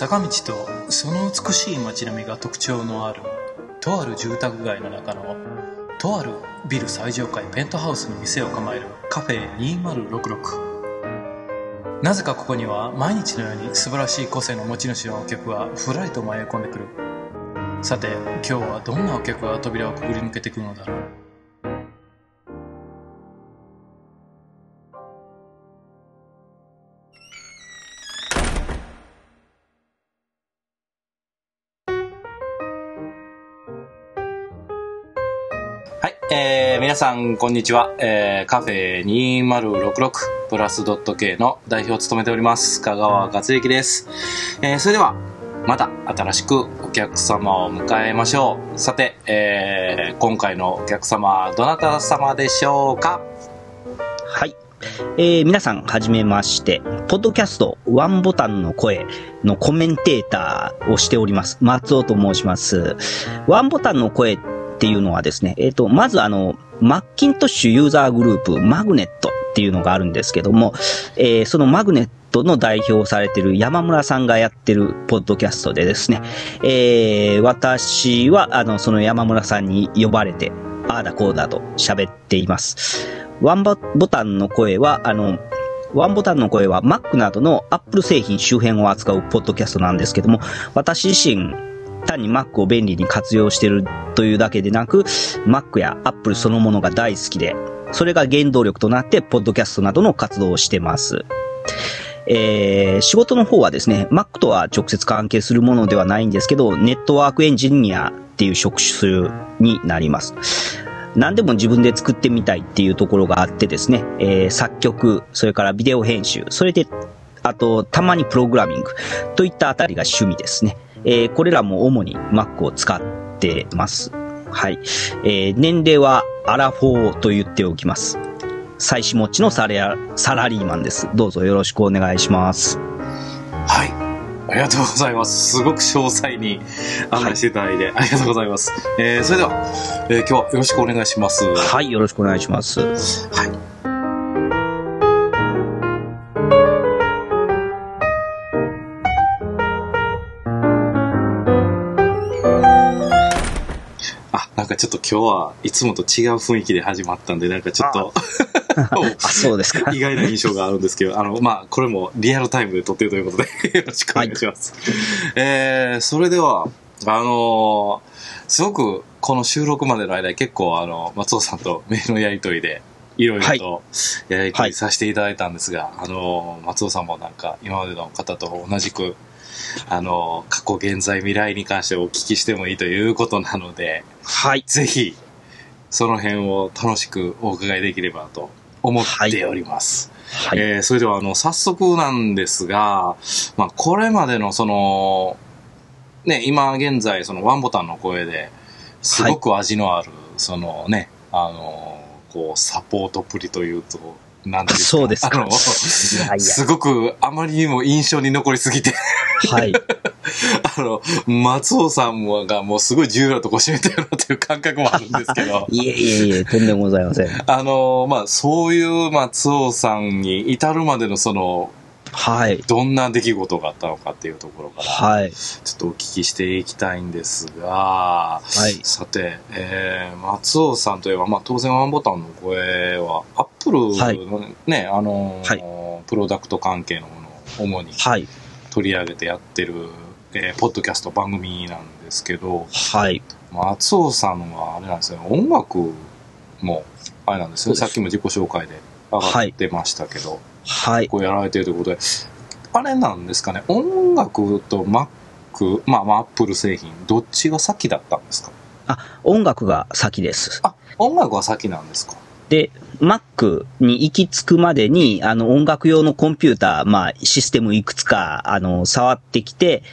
坂道とその美しい街並みが特徴のあるとある住宅街の中のとあるビル最上階ペントハウスに店を構えるカフェ2066。なぜかここには毎日のように素晴らしい個性の持ち主のお客がふらりと迷い込んでくる。さて今日はどんなお客が扉をくぐり抜けてくるのだろう。 はい、皆さんこんにちは、カフェ2066プラス .K の代表を務めております香川勝之です。それではまた新しくお客様を迎えましょう。さて、今回のお客様はどなた様でしょうか？ はい。皆さんはじめまして、ポッドキャストワンボタンの声のコメンテーターをしております松尾と申します。ワンボタンの声っていうのはですね、まずマッキントッシュユーザーグループマグネットっていうのがあるんですけども、そのマグネットの代表をされている山村さんがやってるポッドキャストでですね、私はその山村さんに呼ばれてああだこうだと喋っています。ワンボタンの声はMac などの Apple 製品周辺を扱うポッドキャストなんですけども、私自身単に Mac を便利に活用しているというだけでなく Mac や Apple そのものが大好きで、それが原動力となってポッドキャストなどの活動をしてます。仕事の方はですね Mac とは直接関係するものではないんですけど、ネットワークエンジニアっていう職種になります。何でも自分で作ってみたいっていうところがあってですね、作曲、それからビデオ編集、それであとたまにプログラミングといったあたりが趣味ですね。これらも主に Mac を使ってます。はい。年齢はアラフォーと言っておきます。妻子持ちのサラリーマンです。どうぞよろしくお願いします。 はい。ありがとうございます。すごく詳細に案内していただいて、ありがとうございます。それでは、今日はよろしくお願いします。 はい、よろしくお願いします。はい。 なんかちょっと今日はいつもと違う雰囲気で始まったんで、なんかちょっとそうですか。 意外な印象があるんですけど、これもリアルタイムで撮っているということでよろしくお願いします。はい、それではすごくこの収録までの間結構松尾さんとメールのやり取りでいろいろとやり取りさせていただいたんですが、松尾さんもなんか今までの方と同じく過去現在未来に関してお聞きしてもいいということなので、 はい、 ぜひその辺を楽しくお伺いできればと思っております。はい、それでは早速なんですが、これまでの今現在ワンボタンの声ですごく味のあるサポートプリというとなんていうか、 そうですか。 すごくあまりにも印象に残りすぎてはい。 松尾さんがもうすごい重要なとこ占めてるなという感覚もあるんですけどいえ、とんでもございません。 そういう松尾さんに至るまでのはい。 どんな出来事があったのかっていうところから、 はい。 ちょっとお聞きしていきたいんですが、 はい。 さて、松尾さんといえば、当然ワンボタンの声は、アップルのね、プロダクト関係のものを主に取り上げてやってる、ポッドキャスト番組なんですけど、 はい。 松尾さんはあれなんですよね、音楽もあれなんですよね、さっきも自己紹介で上がってましたけど、 はい。 こうやられているということで、あれなんですかね、音楽と Mac、Apple 製品、どっちが先だったんですか？ 音楽が先です。 音楽は先なんですか？ で、Mac に行き着くまでに、音楽用のコンピューター、システムいくつか、触ってきて、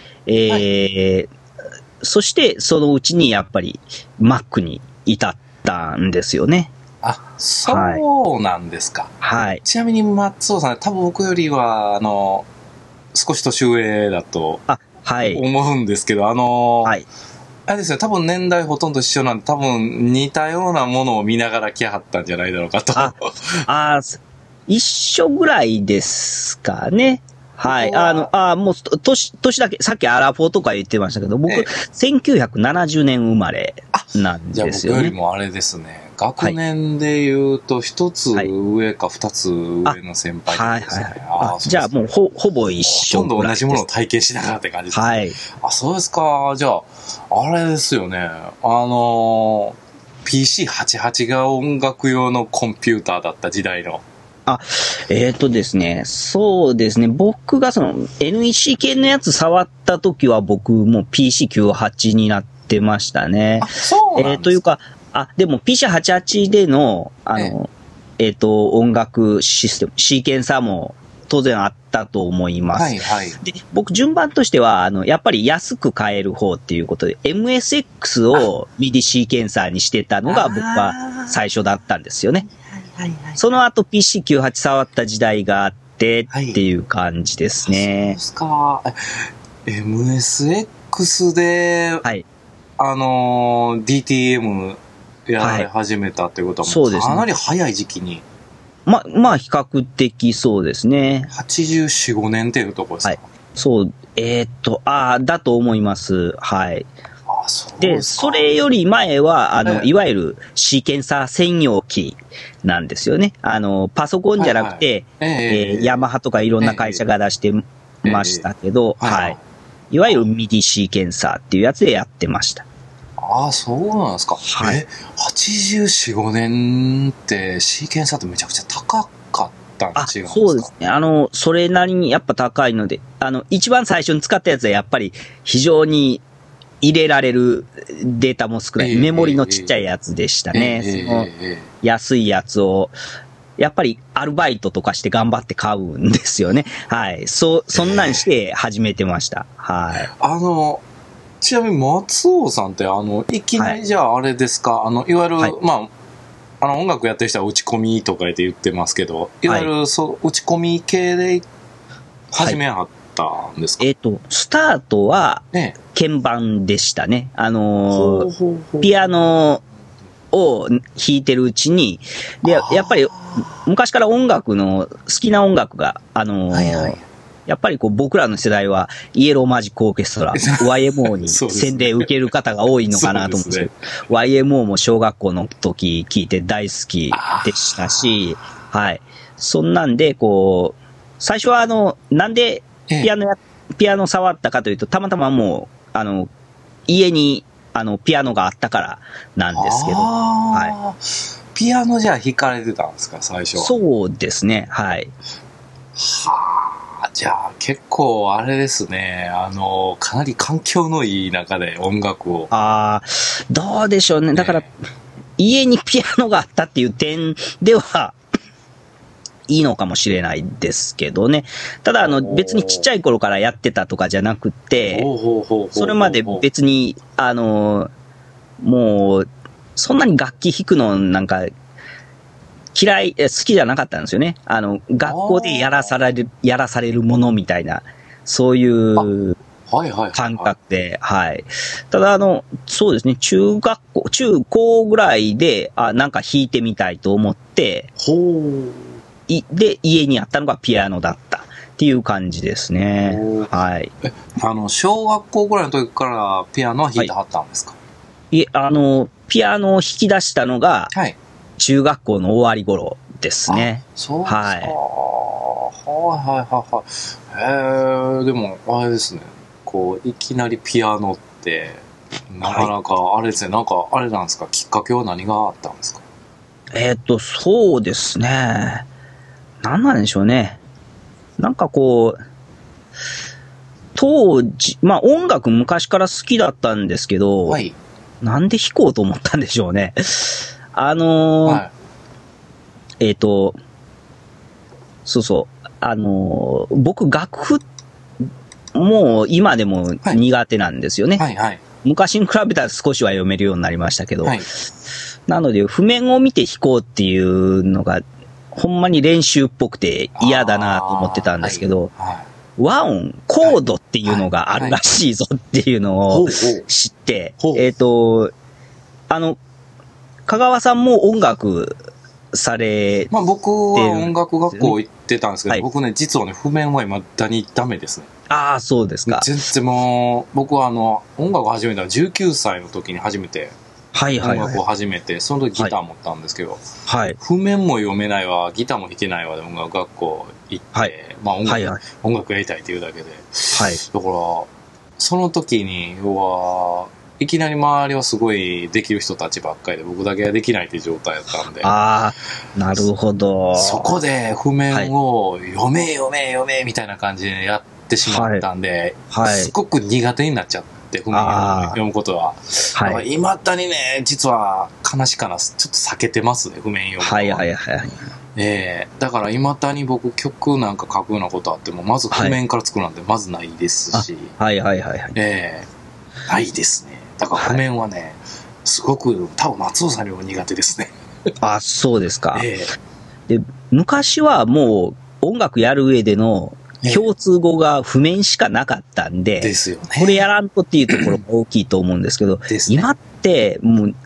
そして、そのうちにやっぱり Mac に至ったんですよね。 そうなんですか。 はい。 ちなみに松尾さん、多分僕よりは、少し年上だと思うんですけど、はい。あれですよ、多分年代ほとんど一緒なんで、多分似たようなものを見ながら来はったんじゃないだろうかと。 一緒ぐらいですかね。 はい。もう、年だけ、さっきアラフォーとか言ってましたけど、僕、1970年生まれなんですよね。 じゃあ僕よりもあれですね。学年で言うと、一つ上か二つ上の先輩ですね。 じゃあもうほぼ一緒。 ほとんど同じものを体験しながらって感じですね。 はい。 そうですか。じゃあ、あれですよね。PC88 が音楽用のコンピューターだった時代の。 ですね。そうですね。僕がその NEC 系のやつ触った時は僕もう PC98 になってましたね。 そうなんですか。 というか、でも PC88 での、音楽システム、シーケンサーも当然あったと思います。 はいはい。 で、僕順番としては、やっぱり安く買える方っていうことで、MSX を MIDI シーケンサーにしてたのが僕は最初だったんですよね。その後 PC98 触った時代があってっていう感じですね。 そうですか。MSX で、 はい。 DTM やられ始めたってことは、 そうですね。 かなり早い時期に。 まあ、比較的そうですね。 84、5年っていうところですか。はい。 そう、だと思います。はい。 そうで、それより前は、いわゆるシーケンサー専用機なんですよね。パソコンじゃなくて、ヤマハとかいろんな会社が出してましたけど、はい。いわゆる MIDI シーケンサーっていうやつでやってました。 そうなんですか。 はい。 84、5年ってシーケンサーってめちゃくちゃ高かったん違うんですか？ そうですね。それなりにやっぱ高いので、一番最初に使ったやつはやっぱり非常に入れられるデータも少ない。メモリのちっちゃいやつでしたね。その安いやつを、やっぱりアルバイトとかして頑張って買うんですよね。はい。そんなんして始めてました。はい。 ちなみに松尾さんっていきなりじゃああれですか、いわゆる、音楽やってる人は打ち込みとか言ってますけど、いわゆる打ち込み系で始めはったんですか？ スタートは鍵盤でしたね。ピアノを弾いてるうちに、で、やっぱり昔から好きな音楽が、やっぱり僕らの世代はイエローマジックオーケストラ、YMO に洗礼受ける方が多いのかなと思うんですけど、YMO も小学校の時聞いて大好きでしたし、はい。そんなんで、最初はなんでピアノ触ったかというと、たまたまもう、家に、ピアノがあったからなんですけど、はい。 ピアノじゃあ弾かれてたんですか、最初は。 そうですね、はい。 じゃあ結構あれですね、かなり環境のいい中で音楽を。 どうでしょうね。だから、家にピアノがあったっていう点では、いいのかもしれないですけどね。ただ、別にちっちゃい頃からやってたとかじゃなくて、それまで別に、もう、そんなに楽器弾くのなんか、好きじゃなかったんですよね。学校でやらされるものみたいな、そういう感覚で、はい。ただそうですね、中高ぐらいで、なんか弾いてみたいと思って、で、家にあったのがピアノだったっていう感じですね。はい。 小学校ぐらいの時からピアノは弾いてはったんですか？ いえ、ピアノを弾き出したのが、中学校の終わり頃ですね。 そうですか。はい。でも、あれですね。いきなりピアノって、なかなか、あれですね。なんか、あれなんですか。きっかけは何があったんですか？ そうですね。何なんでしょうね。なんか当時、音楽昔から好きだったんですけど、なんで弾こうと思ったんでしょうね。そうそう。僕、楽譜、もう今でも苦手なんですよね。昔に比べたら少しは読めるようになりましたけど。なので、譜面を見て弾こうっていうのが、ほんまに練習っぽくて嫌だなと思ってたんですけど、和音、コードっていうのがあるらしいぞっていうのを知って、香川さんも音楽され、 まあ僕は音楽学校行ってたんですけど、 はい、 僕ね、実はね、譜面は未だにダメですね。 ああ、そうですか。 全然もう、僕は音楽を始めたのは19歳の時に初めて、 はいはい、はい。 音楽を始めて、その時ギター持ったんですけど、 はい。 譜面も読めないわ、ギターも弾けないわで音楽学校行って、はい、まあ音楽、はいはい、音楽やりたいっていうだけで。はい。だから、その時に、要は、いきなり周りはすごいできる人たちばっかりで、僕だけができないっていう状態だったんで。 ああ、なるほど。 そこで譜面を読めみたいな感じでやってしまったんで、はい、すごく苦手になっちゃって、譜面を読むことは。はい。未だにね、実は悲しかな、ちょっと避けてますね、譜面読むのは。はいはいはい。だから未だに僕曲なんか書くようなことあっても、まず譜面から作るなんてまずないですし。 はいはいはいはい。 ないですね。だから譜面はね、すごく多分松尾さんよりも苦手ですね。 あ、そうですか。で、昔はもう音楽やる上での共通語が譜面しかなかったんで、 ですよね。 これやらんとっていうところも大きいと思うんですけど、ね、今ってもう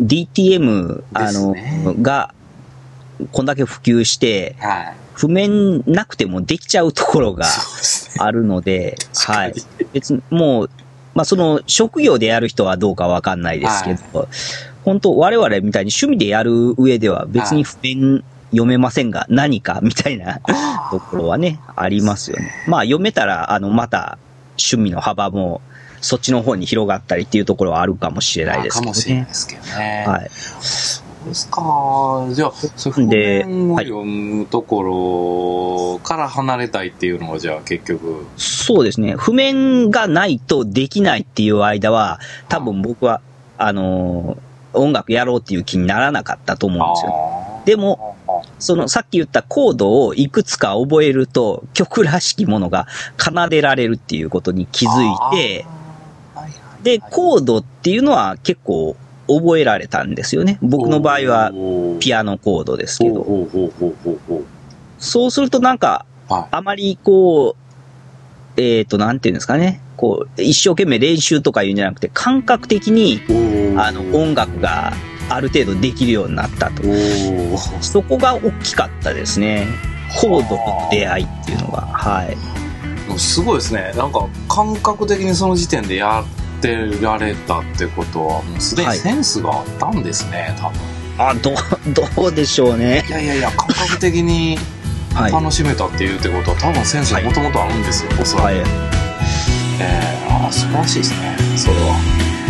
DTM がこんだけ普及して、はい、譜面なくてもできちゃうところがあるので、はい。別にもう、まあその職業でやる人はどうかわかんないですけど、はい、本当我々みたいに趣味でやる上では別に譜面読めませんが何かみたいなところはね、ありますよね。まあ読めたらまた趣味の幅もそっちの方に広がったりっていうところはあるかもしれないですけどね。 かもしれないですけどね。 はい。 そうですか。じゃあ、譜面を読むところから離れたいっていうのがじゃあ結局。 そうですね。譜面がないとできないっていう間は、多分僕は、音楽やろうっていう気にならなかったと思うんですよ。でも、さっき言ったコードをいくつか覚えると、曲らしきものが奏でられるっていうことに気づいて、で、コードっていうのは結構覚えられたんですよね。僕の場合はピアノコードですけど。そうするとなんか、あまりこう、なんていうんですかね。こう、一生懸命練習とか言うんじゃなくて、感覚的に、音楽がある程度できるようになったと。そこが大きかったですね。コードの出会いっていうのが。はい。 すごいですね。なんか、感覚的にその時点でやってられたってことは、もうすでにセンスがあったんですね、多分。 どうでしょうね。 いや、感覚的に楽しめたっていうってことは、多分センスがもともとあるんですよ、おそらく。素晴らしいですね、それは。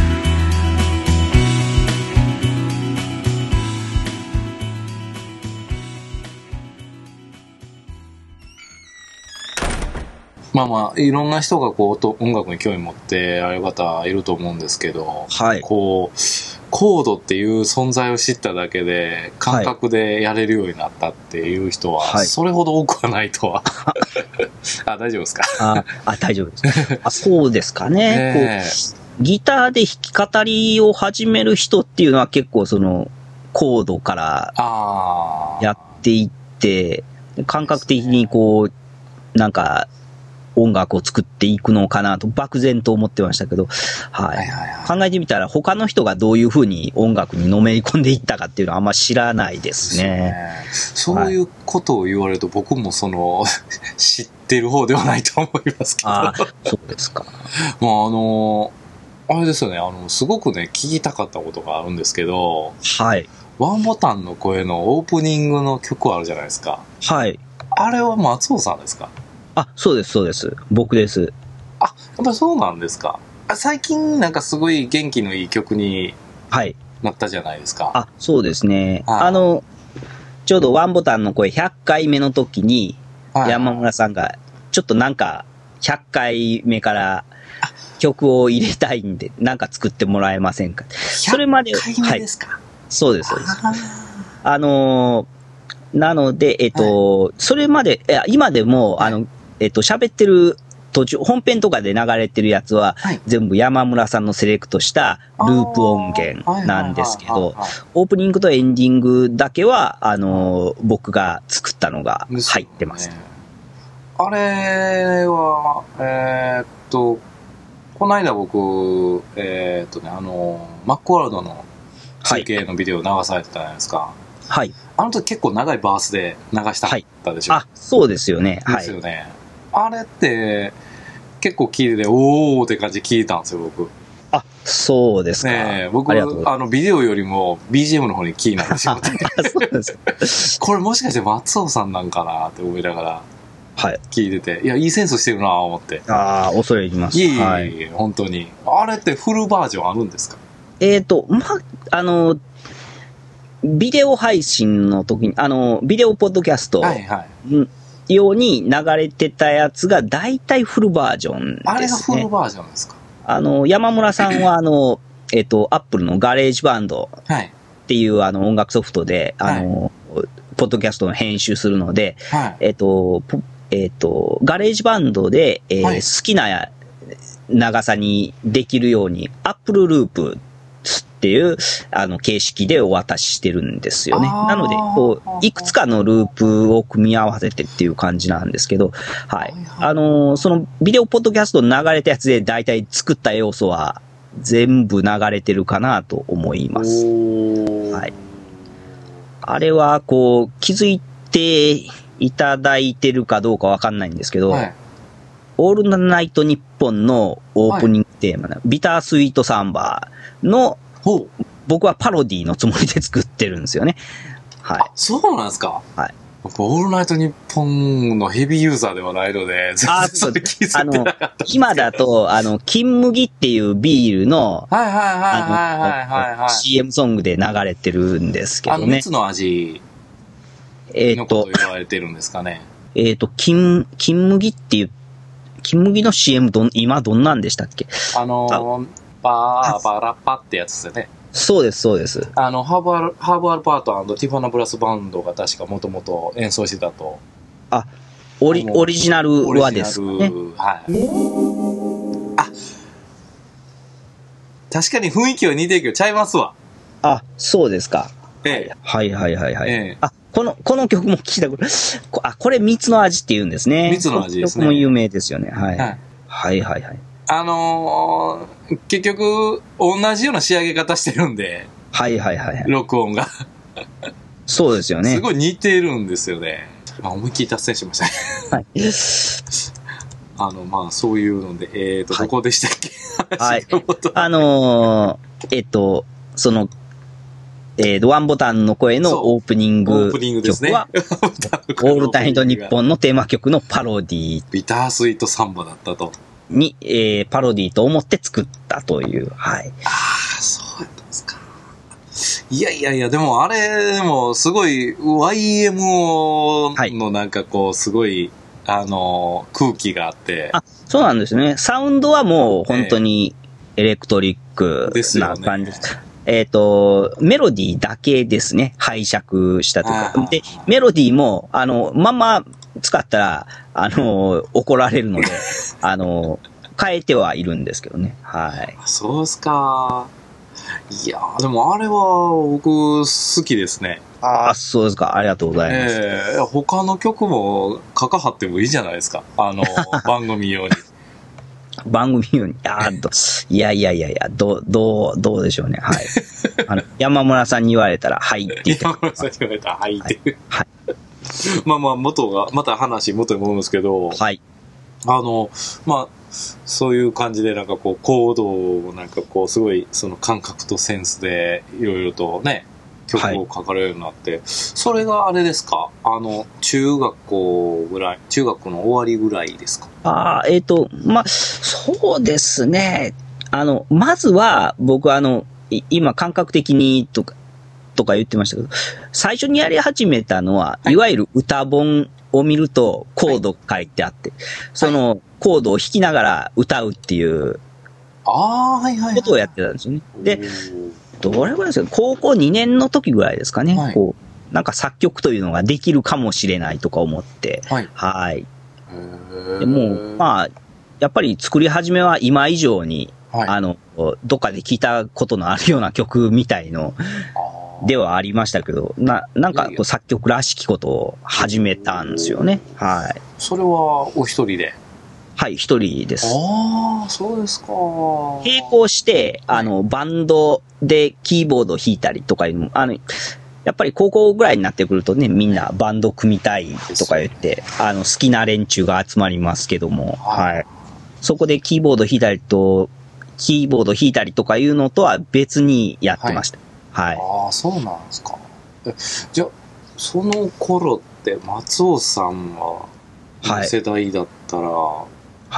まあ、いろんな人がこう、音楽に興味持ってある方いると思うんですけど、はい。こう、コードっていう存在を知っただけで、感覚でやれるようになったっていう人は、それほど多くはないとは。大丈夫ですか？ 大丈夫です。そうですかね。ギターで弾き語りを始める人っていうのは結構コードからやっていって、感覚的にこう、なんか、音楽を作っていくのかなと漠然と思ってましたけど、はい。考えてみたら他の人がどういう風に音楽にのめり込んでいったかっていうのはあんま知らないですね。 そういうことを言われると僕も知ってる方ではないと思いますけど。 そうですか。 まああれですよね、すごくね、聞きたかったことがあるんですけど、 はい。 ワンボタンの声のオープニングの曲あるじゃないですか。 はい。 あれは松尾さんですか？ そうです、そうです。僕です。 やっぱりそうなんですか。最近なんかすごい元気のいい曲になったじゃないですか。 そうですね。ちょうどワンボタンの声100回目の時に、山村さんが、ちょっとなんか、100回目から曲を入れたいんで、なんか作ってもらえませんか。それまで、 100回目ですか？ そうです、そうです。なので、それまで、今でも、喋ってる途中、本編とかで流れてるやつは、全部山村さんのセレクトしたループ音源なんですけど、オープニングとエンディングだけは、僕が作ったのが入ってます。 あれは、この間僕、マックワールドの中継のビデオ流されてたじゃないですか。 はい。 あの時結構長いバースで流したかったでしょ。 あ、そうですよね。 ですよね。あれって、結構聞いてて、おーって感じで聞いたんですよ、僕。 あ、そうですか。 ねえ、僕、ビデオよりも BGM の方に気になってしまって。 そうですこれもしかして松尾さんなんかなって思いながら、 はい。 聞いてて、いや、いいセンスしてるなぁ思って。 ああ、恐れ入ります。 いえいえいえ、 はい、 本当に。あれってフルバージョンあるんですか？ ビデオ配信の時に、ビデオポッドキャスト、 はいはい。 ように流れてたやつが大体フルバージョンですね。 あれがフルバージョンですか？ 山村さんはアップルのガレージバンドっていう音楽ソフトで、ポッドキャストの編集するので、 はい、 ガレージバンドで、 はい、 好きな長さにできるように、アップルループっていう、形式でお渡ししてるんですよね。なので、いくつかのループを組み合わせてっていう感じなんですけど、はい。そのビデオポッドキャストに流れたやつで大体作った要素は全部流れてるかなと思います。はい。あれは、気づいていただいてるかどうかわかんないんですけど、はい、オールナイトニッポンのオープニングテーマ、はい、ビタースイートサンバーの、僕はパロディのつもりで作ってるんですよね。はい。 あ、そうなんですか？はい。オールナイトニッポンのヘビーユーザーではないので、全然それ気づいてなかった。 今だと、金麦っていうビールの、 はいはいはいはいはい、 CM ソングで流れてるんですけどね。 蜜の味のこと言われてるんですかね。 金麦っていう、金麦の CM 今どんなんでしたっけ？ バーバラッパってやつですよね。 そうです、そうです。 ハーブアルパート&ティファナブラスバンドが確かもともと演奏してたと。 あ、オリジナルはですね。 はい。あ、確かに雰囲気は似てるけどちゃいますわ。 あ、そうですか。 ええ。 はいはいはいはい。ええ、あ、この曲も聞いたこと、これ蜜の味って言うんですね。 蜜の味ですね。 この曲も有名ですよね。はい。はい、はいはいはい。 結局、同じような仕上げ方してるんで。 はいはいはい。 録音が。 そうですよね。 すごい似てるんですよね。思いっきり達成しましたね。はい。そういうので、どこでしたっけ？ はい。ワンボタンの声のオープニング曲は、オールナイトニッポンのテーマ曲のパロディ。 ビタースイートサンバだったと。 に、パロディと思って作ったという、はい。 ああ、そうやったんですか。いや、でもあれ、でもすごい YMO のなんかすごい、空気があって。 あ、そうなんですね。サウンドはもう本当にエレクトリックな感じです。メロディーだけですね。拝借したというか。で、メロディーも、まんま使ったら、怒られるので、変えてはいるんですけどね。はい。 そうっすか。いやでもあれは僕好きですね。 ああ、そうですか。ありがとうございます。 他の曲もかかってもいいじゃないですか。番組用に。 番組用に。いや、どうでしょうね。はい。山村さんに言われたら、はいって言って。 山村さんに言われたら、はいって。はい。また話元に戻るんですけど、 はい。 そういう感じでなんかコードをなんかすごいその感覚とセンスでいろいろとね、曲を書かれるようになって、はい、それがあれですか？中学の終わりぐらいですか？ そうですね。まずは、僕今感覚的にとか言ってましたけど、最初にやり始めたのは、いわゆる歌本を見るとコード書いてあって、そのコードを弾きながら歌うっていうことをやってたんですよね。で、どれぐらいですか？高校2年の時ぐらいですかね。はい、なんか作曲というのができるかもしれないとか思って、はい。はい。でもやっぱり作り始めは今以上に、はい、どっかで聞いたことのあるような曲みたいのではありましたけど、なんか作曲らしきことを始めたんですよね。はい。 それはお一人で？ はい、一人です。 ああ、そうですか。 並行して、バンドでキーボードを弾いたりとかいうの、 やっぱり高校ぐらいになってくるとね、みんなバンド組みたいとか言って、好きな連中が集まりますけども、はい。そこでキーボード弾いたりとかいうのとは別にやってました。はい。 ああ、そうなんですか。じゃあ、その頃って松尾さんは、世代だったら、はい。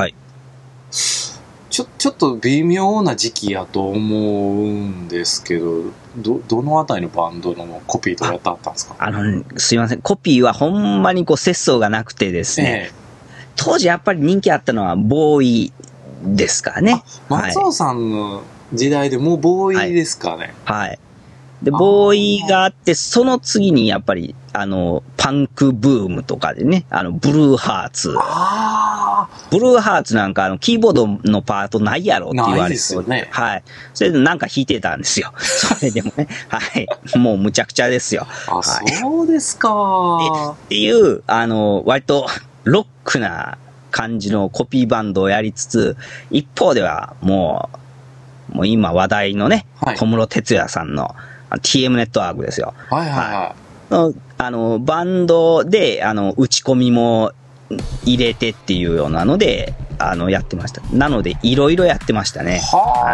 ちょっと微妙な時期やと思うんですけど、どのあたりのバンドのコピーとかやったんですか？ すいません。コピーはほんまに節操がなくてですね。当時やっぱり人気あったのはボーイですかね。 松尾さんの時代でもうボーイですかね。 はい。で、ボーイがあって、その次にやっぱり、パンクブームとかでね、ブルーハーツ。ブルーハーツなんかキーボードのパートないやろって言われて。 ないですよね。 はい。それでなんか弾いてたんですよ。それでもね。はい。もうむちゃくちゃですよ。 あ、はい、そうですか。 っていう、割とロックな感じのコピーバンドをやりつつ、一方ではもう今話題のね、小室哲哉さんのTM ネットワークですよ。 はいはいはい。 バンドで、打ち込みも入れてっていうようなので、やってました。なので、いろいろやってましたね。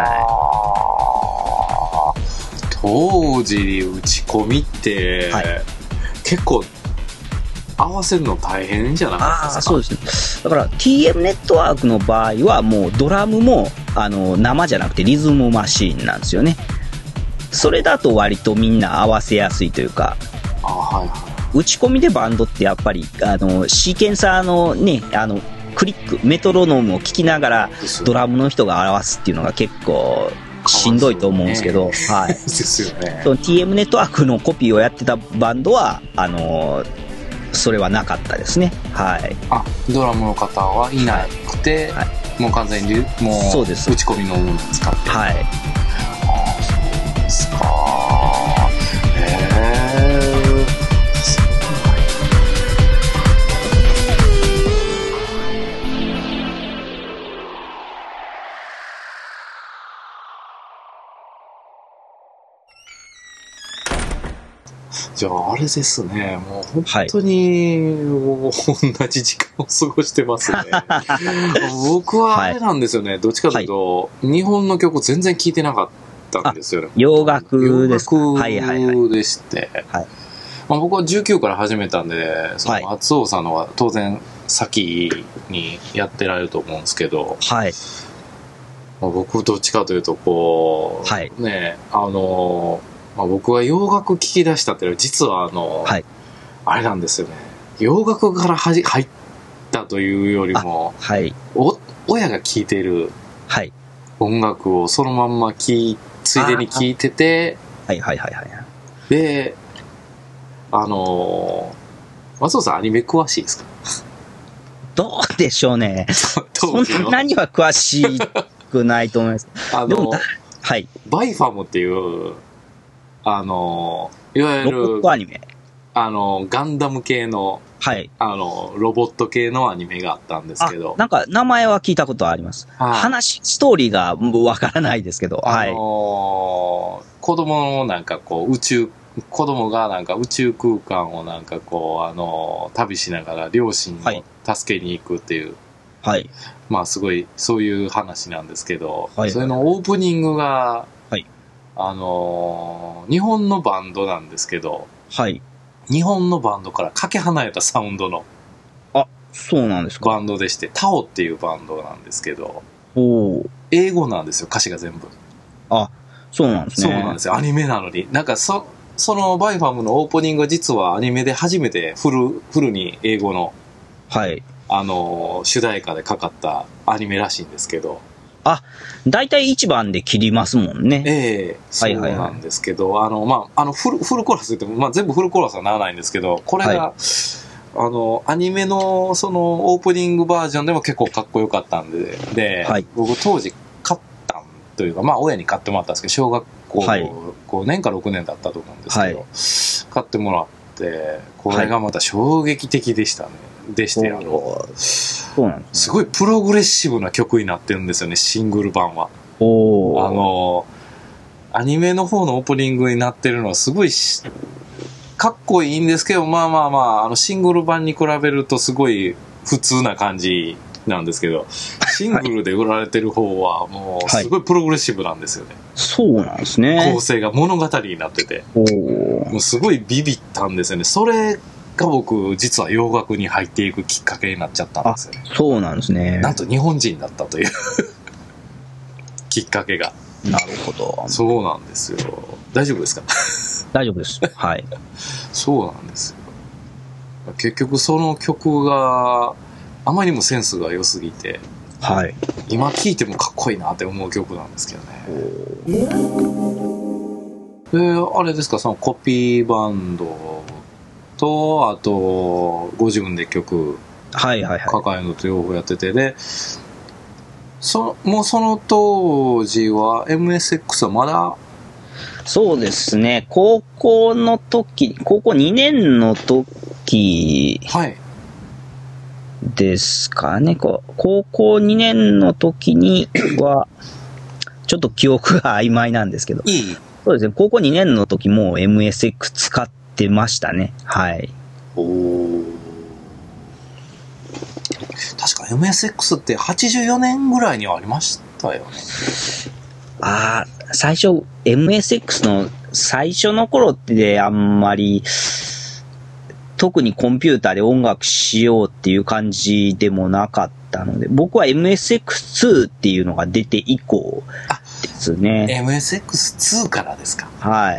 はい。当時、打ち込みって、結構、合わせるの大変じゃないですか。 そうですね。だから、TM ネットワークの場合は、もうドラムも、生じゃなくてリズムマシーンなんですよね。それだと割とみんな合わせやすいというか、打ち込みでバンドってやっぱり、シーケンサーのね、クリック、メトロノームを聴きながら、ドラムの人が合わすっていうのが結構、しんどいと思うんですけど、はい。 ですよね。 TM ネットワークのコピーをやってたバンドは、それはなかったですね。はい。 ドラムの方はいなくて、もう完全に、もう、打ち込みのものを使って。 はい。 そうですか。じゃああれですね、もう本当に、もう同じ時間を過ごしてますね。僕はあれなんですよね、どっちかというと、日本の曲全然聴いてなかったんですよね。 洋楽ですか？ 洋楽でして、僕は19から始めたんで、その松尾さんのは当然先にやってられると思うんですけど、僕どっちかというとこう、ね、僕が洋楽聴き出したっていうのは実はあれなんですよね。洋楽から入ったというよりも、親が聴いてる音楽をそのまんまついでに聴いてて、で、松尾さんアニメ詳しいですか？ どうでしょうね。そんなには詳しくないと思います。でもバイファムっていう、いわゆる、 アニメ。 ガンダム系の、ロボット系のアニメがあったんですけど。 なんか、名前は聞いたことはあります。ストーリーがわからないですけど。 子供のなんかこう、子供がなんか宇宙空間をなんかこう、旅しながら両親を助けに行くっていう。まあ、すごい、そういう話なんですけど、それのオープニングが、日本のバンドなんですけど、日本のバンドからかけ離れたサウンドのそうなんですか。 バンドでして、タオっていうバンドなんですけど、英語なんですよ、歌詞が全部。 そうなんですね。 そうなんですよ、アニメなのに。なんかそのバイファムのオープニングは実はアニメで初めてフルに英語の、主題歌でかかったアニメらしいんですけど、 だいたい1番で切りますもんね。 そうなんですけど、フルコーラスって言っても、全部フルコーラスはならないんですけど、これが、アニメのそのオープニングバージョンでも結構かっこよかったんで、僕当時買ったというか、親に買ってもらったんですけど、小学校5年か6年だったと思うんですけど、買ってもらって、これがまた衝撃的でしたね。 そうなんですね。 すごいプログレッシブな曲になってるんですよね、シングル版は。アニメの方のオープニングになってるのはすごいかっこいいんですけど、まあ、シングル版に比べるとすごい普通な感じなんですけど、シングルで売られてる方はもうすごいプログレッシブなんですよね。 そうなんですね。 構成が物語になってて、もうすごいビビったんですよね。それが僕、実は洋楽に入っていくきっかけになっちゃったんですよね。 そうなんですね。 なんと日本人だったというきっかけが。 なるほど。 そうなんですよ。大丈夫ですか？ 大丈夫です。はい。 そうなんですよ。結局その曲があまりにもセンスが良すぎて、 はい。 今聴いてもかっこいいなって思う曲なんですけどね。あれですか、そのコピーバンドと、あと、ご自分で曲、 はいはいはい。 抱えるのと両方やってて、で、もうその当時は MSX はまだ、 そうですね。高校2年の時はい。 ですかね。高校2年の時には、ちょっと記憶が曖昧なんですけど。そうですね。高校2年の時も MSX 使ってましたね。はい。 確か MSX って84年ぐらいにはありましたよね。 最初、MSX の最初の頃ってあんまり、特にコンピューターで音楽しようっていう感じでもなかったので、僕は MSX2 っていうのが出て以降ですね。 MSX2 からですか？ はい。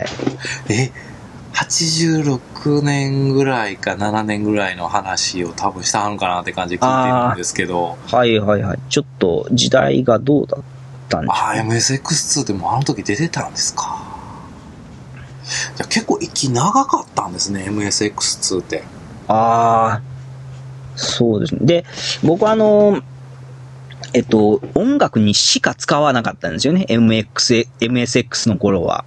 86年ぐらいか7年ぐらいの話を多分したのかなって感じで聞いてるんですけど。 はいはいはい。ちょっと時代がどうだったんでしょう。 MSX2 でもあの時出てたんですか。じゃ結構息長かったんですね、MSX2 って。 そうですね。で、僕は音楽にしか使わなかったんですよね、MSX の頃は。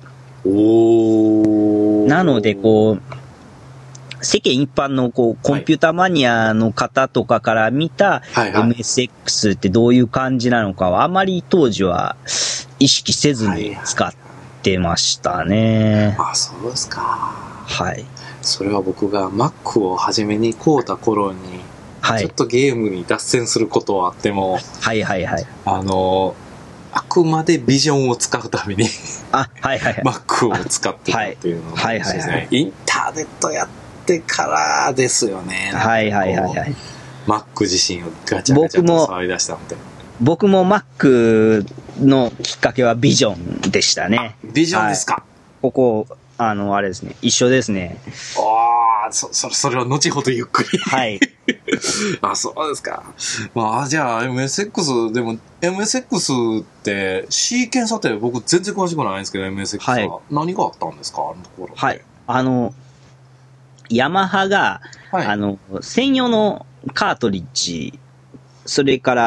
なので、世間一般のコンピューターマニアの方とかから見た MSX ってどういう感じなのかはあまり当時は意識せずに使ってましたね。 そうですか。 はい。 それは僕が Mac を初めに買うた頃に、ちょっとゲームに脱線することはあっても、 はいはいはい。 あくまでビジョンを使うためにはいはいはい。 Mac を使ってたっていうのがですね、インターネットやってからですよね。 はいはいはいはい。 Mac 自身をガチャガチャと触り出したので。 僕も Mac のきっかけはビジョンでしたね。 ビジョンですか？ あれですね。一緒ですね。 それは後ほどゆっくり。 はい。 そうですか。じゃあ MSX、でも MSX ってシーケンサーって僕全然詳しくないんですけど、MSX は。何があったんですか、あのところ。 はい。ヤマハが、専用のカートリッジ、それから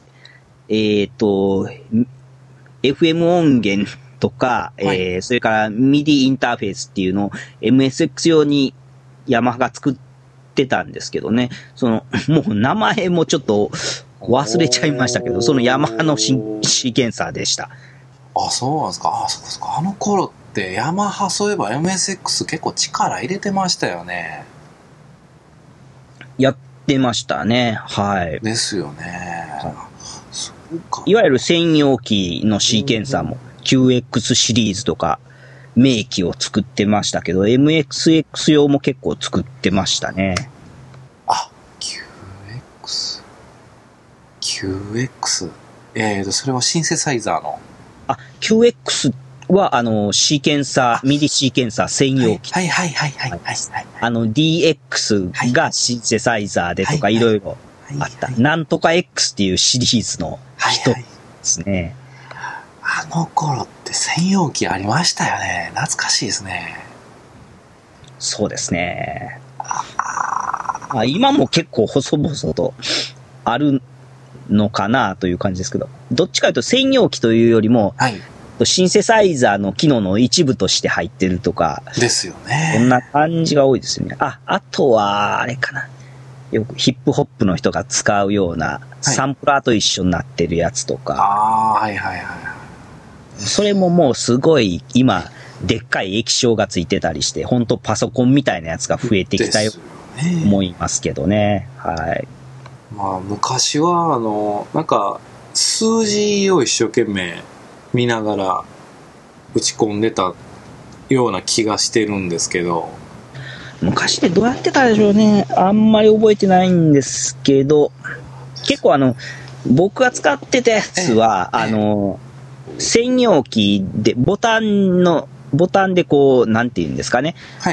、FM 音源とか、それから MIDI インターフェースっていうのを MSX 用にヤマハが作ってたんですけどね。もう名前もちょっと忘れちゃいましたけど、そのヤマハのシーケンサーでした。 そうなんですか。そうですか。あの頃ってヤマハ、そういえば MSX 結構力入れてましたよね。 やってましたね。はい。 ですよね。そうか。 いわゆる専用機のシーケンサーも QX シリーズとか名機を作ってましたけど、MXX 用も結構作ってましたね。 QX。それはシンセサイザーの。 QX は、シーケンサー、MIDI シーケンサー専用機。DX がシンセサイザーでとかいろいろあった。なんとか X っていうシリーズの一つですね。 あの頃って専用機ありましたよね。懐かしいですね。 そうですね。今も結構細々とあるのかなという感じですけど、どっちかというと専用機というよりも、シンセサイザーの機能の一部として入ってるとか、 ですよね。 こんな感じが多いですね。あとは、あれかな。よくヒップホップの人が使うような、サンプラーと一緒になってるやつとか。 はいはいはい。 それももうすごい今、 でっかい液晶がついてたりして、本当パソコンみたいなやつが増えてきたよ、思いますけどね。はい。 まあ、昔は、なんか、数字を一生懸命見ながら打ち込んでたような気がしてるんですけど。 昔ってどうやってたでしょうね。あんまり覚えてないんですけど、結構僕が使ってたやつは、専用キーで、ボタンでこう、なんて言うんですかね。はい、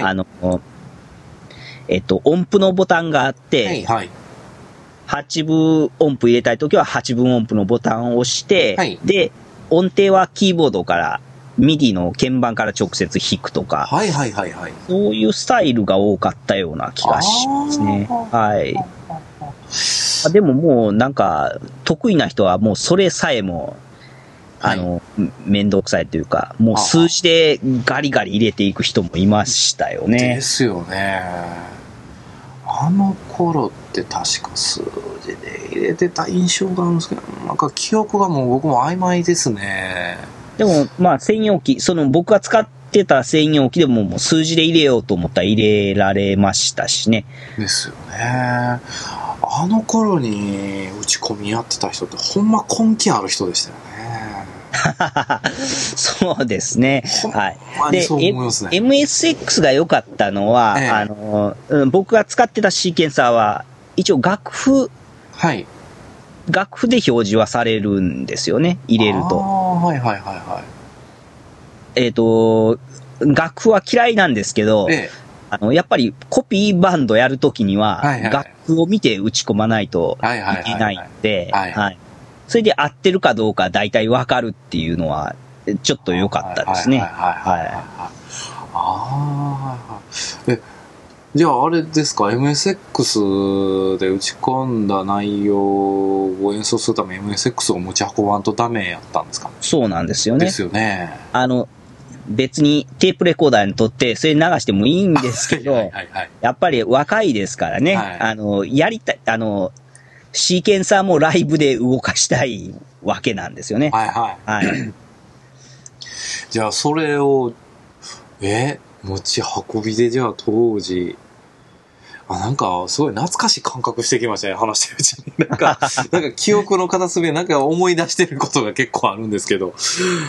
音符のボタンがあって、はいはい、8分音符入れたいときは8分音符のボタンを押して、はい、で、音程はキーボードから、MIDI の鍵盤から直接弾くとか、はいはいはいはい、そういうスタイルが多かったような気がしますね。はい。でももうなんか、得意な人はもうそれさえも、めんどくさいというか、もう数字でガリガリ入れていく人もいましたよね。 ですよね。あの頃って確か数字で入れてた印象があるんですけど、なんか記憶がもう僕も曖昧ですね。 でも、まあ、専用機、僕が使ってた専用機でももう数字で入れようと思ったら入れられましたしね。 ですよね。あの頃に打ち込みやってた人ってほんま根気ある人でしたよね。 そうですね。はい。で、 そう思いますね。 MSX が良かったのは、僕が使ってたシーケンサーは、一応楽譜、はい。楽譜で表示はされるんですよね、入れると。 はいはいはいはい。 楽譜は嫌いなんですけど、やっぱりコピーバンドやるときには、楽譜を見て打ち込まないといけないんで、それで合ってるかどうか大体わかるっていうのは、ちょっと良かったですね。 じゃああれですか、MSX で打ち込んだ内容を演奏するため MSX を持ち運ばんとダメやったんですか？ そうなんですよね。 ですよね。 別にテープレコーダーにとってそれ流してもいいんですけど、やっぱり若いですからね、やりたい、シーケンサーもライブで動かしたいわけなんですよね。 じゃあそれを、持ち運びでじゃあ当時、なんかすごい懐かしい感覚してきましたね、話してるうちに。なんか記憶の片隅でなんか思い出してることが結構あるんですけど、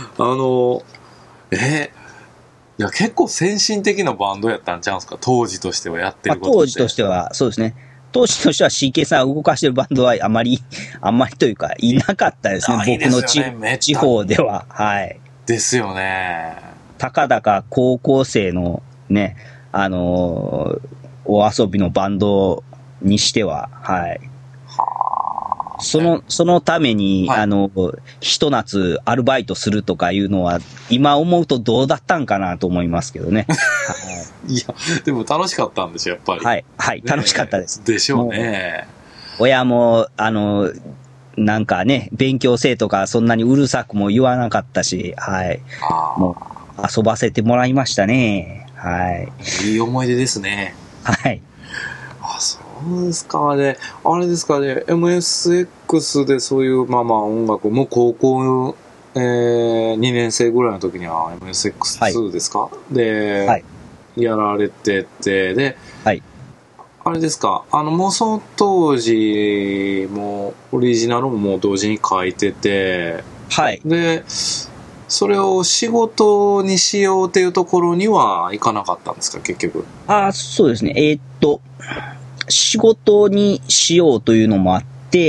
いや結構先進的なバンドやったんちゃうんすか、当時としてはやってることって。 当時としては、そうですね。当時としては CK さんを動かしてるバンドはあまりというかいなかったですね。僕の地方では。はい。 ですよね。 たかだか高校生のね、お遊びのバンドにしては、はい。そのために、ひと夏アルバイトするとかいうのは、今思うとどうだったんかなと思いますけどね。 いや、でも楽しかったんですよ、やっぱり。 はい、はい、楽しかったです。 でしょうね。 親も、なんかね、勉強せえとか、そんなにうるさくも言わなかったし、はい。もう、遊ばせてもらいましたね。はい。 いい思い出ですね。 はい。 そうですかね。あれですかね。MSX でそういう音楽も高校、2年生ぐらいの時には MSX2 ですか、で、やられてて、で、あれですか。もうその当時もオリジナルも同時に書いてて、で、それを仕事にしようっていうところにはいかなかったんですか、結局。 そうですね。仕事にしようというのもあって、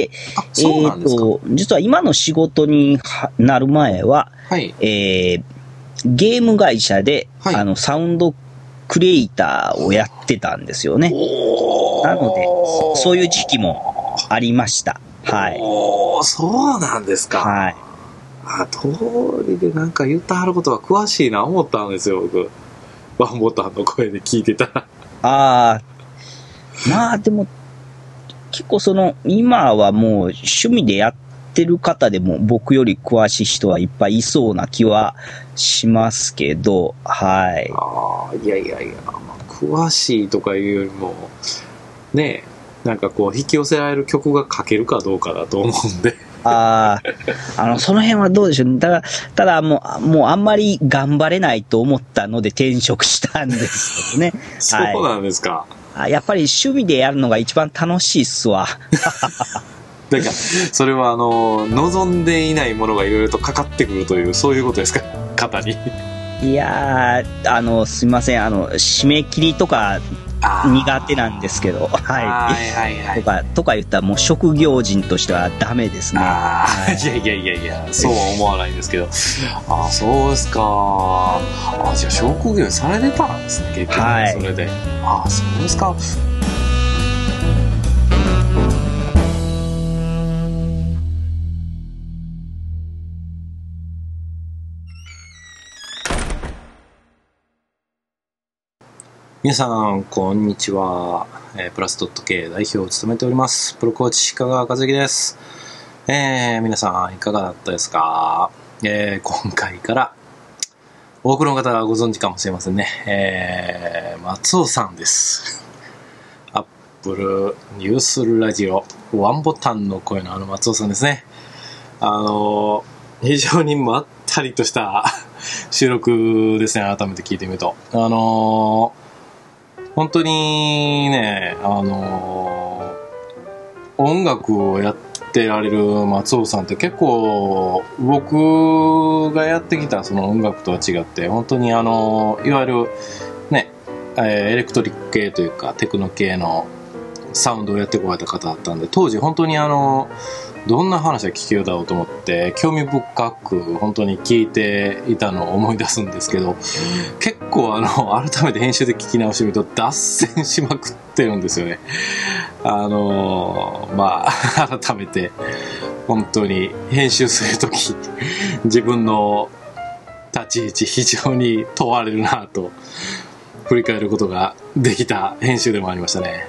そうなんですか。 実は今の仕事になる前は、ゲーム会社で、サウンドクリエイターをやってたんですよね。なので、そういう時期もありました。はい。 そうなんですか。 はい。 通りでなんか言ってはることは詳しいな思ったんですよ、僕。ワンボタンの声で聞いてたら。 でも、結構今はもう趣味でやってる方でも僕より詳しい人はいっぱいいそうな気はしますけど、はい。 いや、詳しいとかいうよりも、ね、なんかこう引き寄せられる曲が書けるかどうかだと思うんで。 その辺はどうでしょう。ただもうあんまり頑張れないと思ったので転職したんですけどね。 そうなんですか。 やっぱり趣味でやるのが一番楽しいっすわ。 なんか、それは望んでいないものがいろいろとかかってくるという、そういうことですか、肩に。 いやー、すいません、締め切りとか苦手なんですけど、はい。とか言ったらもう職業人としてはダメですね。 いや、そうは思わないんですけど。そうですか。じゃあ職業されてたんですね、結局。はい。それで。そうですか。皆さん、こんにちは。プラスドットK代表を務めております。プロコーチ、香川和之です。皆さん、いかがだったですか？今回から、多くの方がご存知かもしれませんね。松尾さんです。アップルニュースラジオ、ワンボタンの声の松尾さんですね。非常にまったりとした収録ですね、改めて聞いてみると。本当にね、音楽をやってられる松尾さんって結構僕がやってきたその音楽とは違って、本当にいわゆるね、エレクトリック系というかテクノ系のサウンドをやってこられた方だったんで、当時本当にどんな話が聞けるだろうと思って興味深く本当に聞いていたのを思い出すんですけど、結構改めて編集で聞き直してみると脱線しまくってるんですよね。改めて本当に編集するとき自分の立ち位置非常に問われるなと振り返ることができた編集でもありましたね。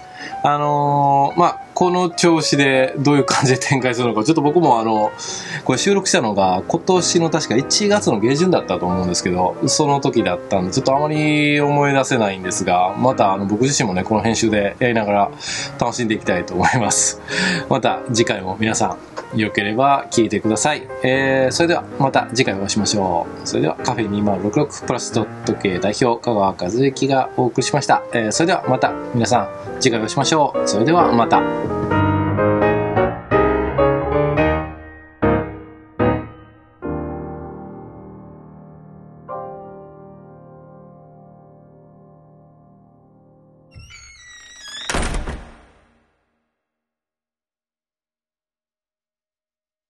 この調子でどういう感じで展開するのか、ちょっと僕もこれ収録したのが今年の確か1月の下旬だったと思うんですけど、その時だったんでちょっとあまり思い出せないんですが、また僕自身もねこの編集でやりながら楽しんでいきたいと思います。また次回も皆さんよければ聞いてください。それではまた次回お会いしましょう。それではカフェ2066プラスドットK代表香川和之がお送りしました。それではまた皆さん次回お会いしましょう。それではまた。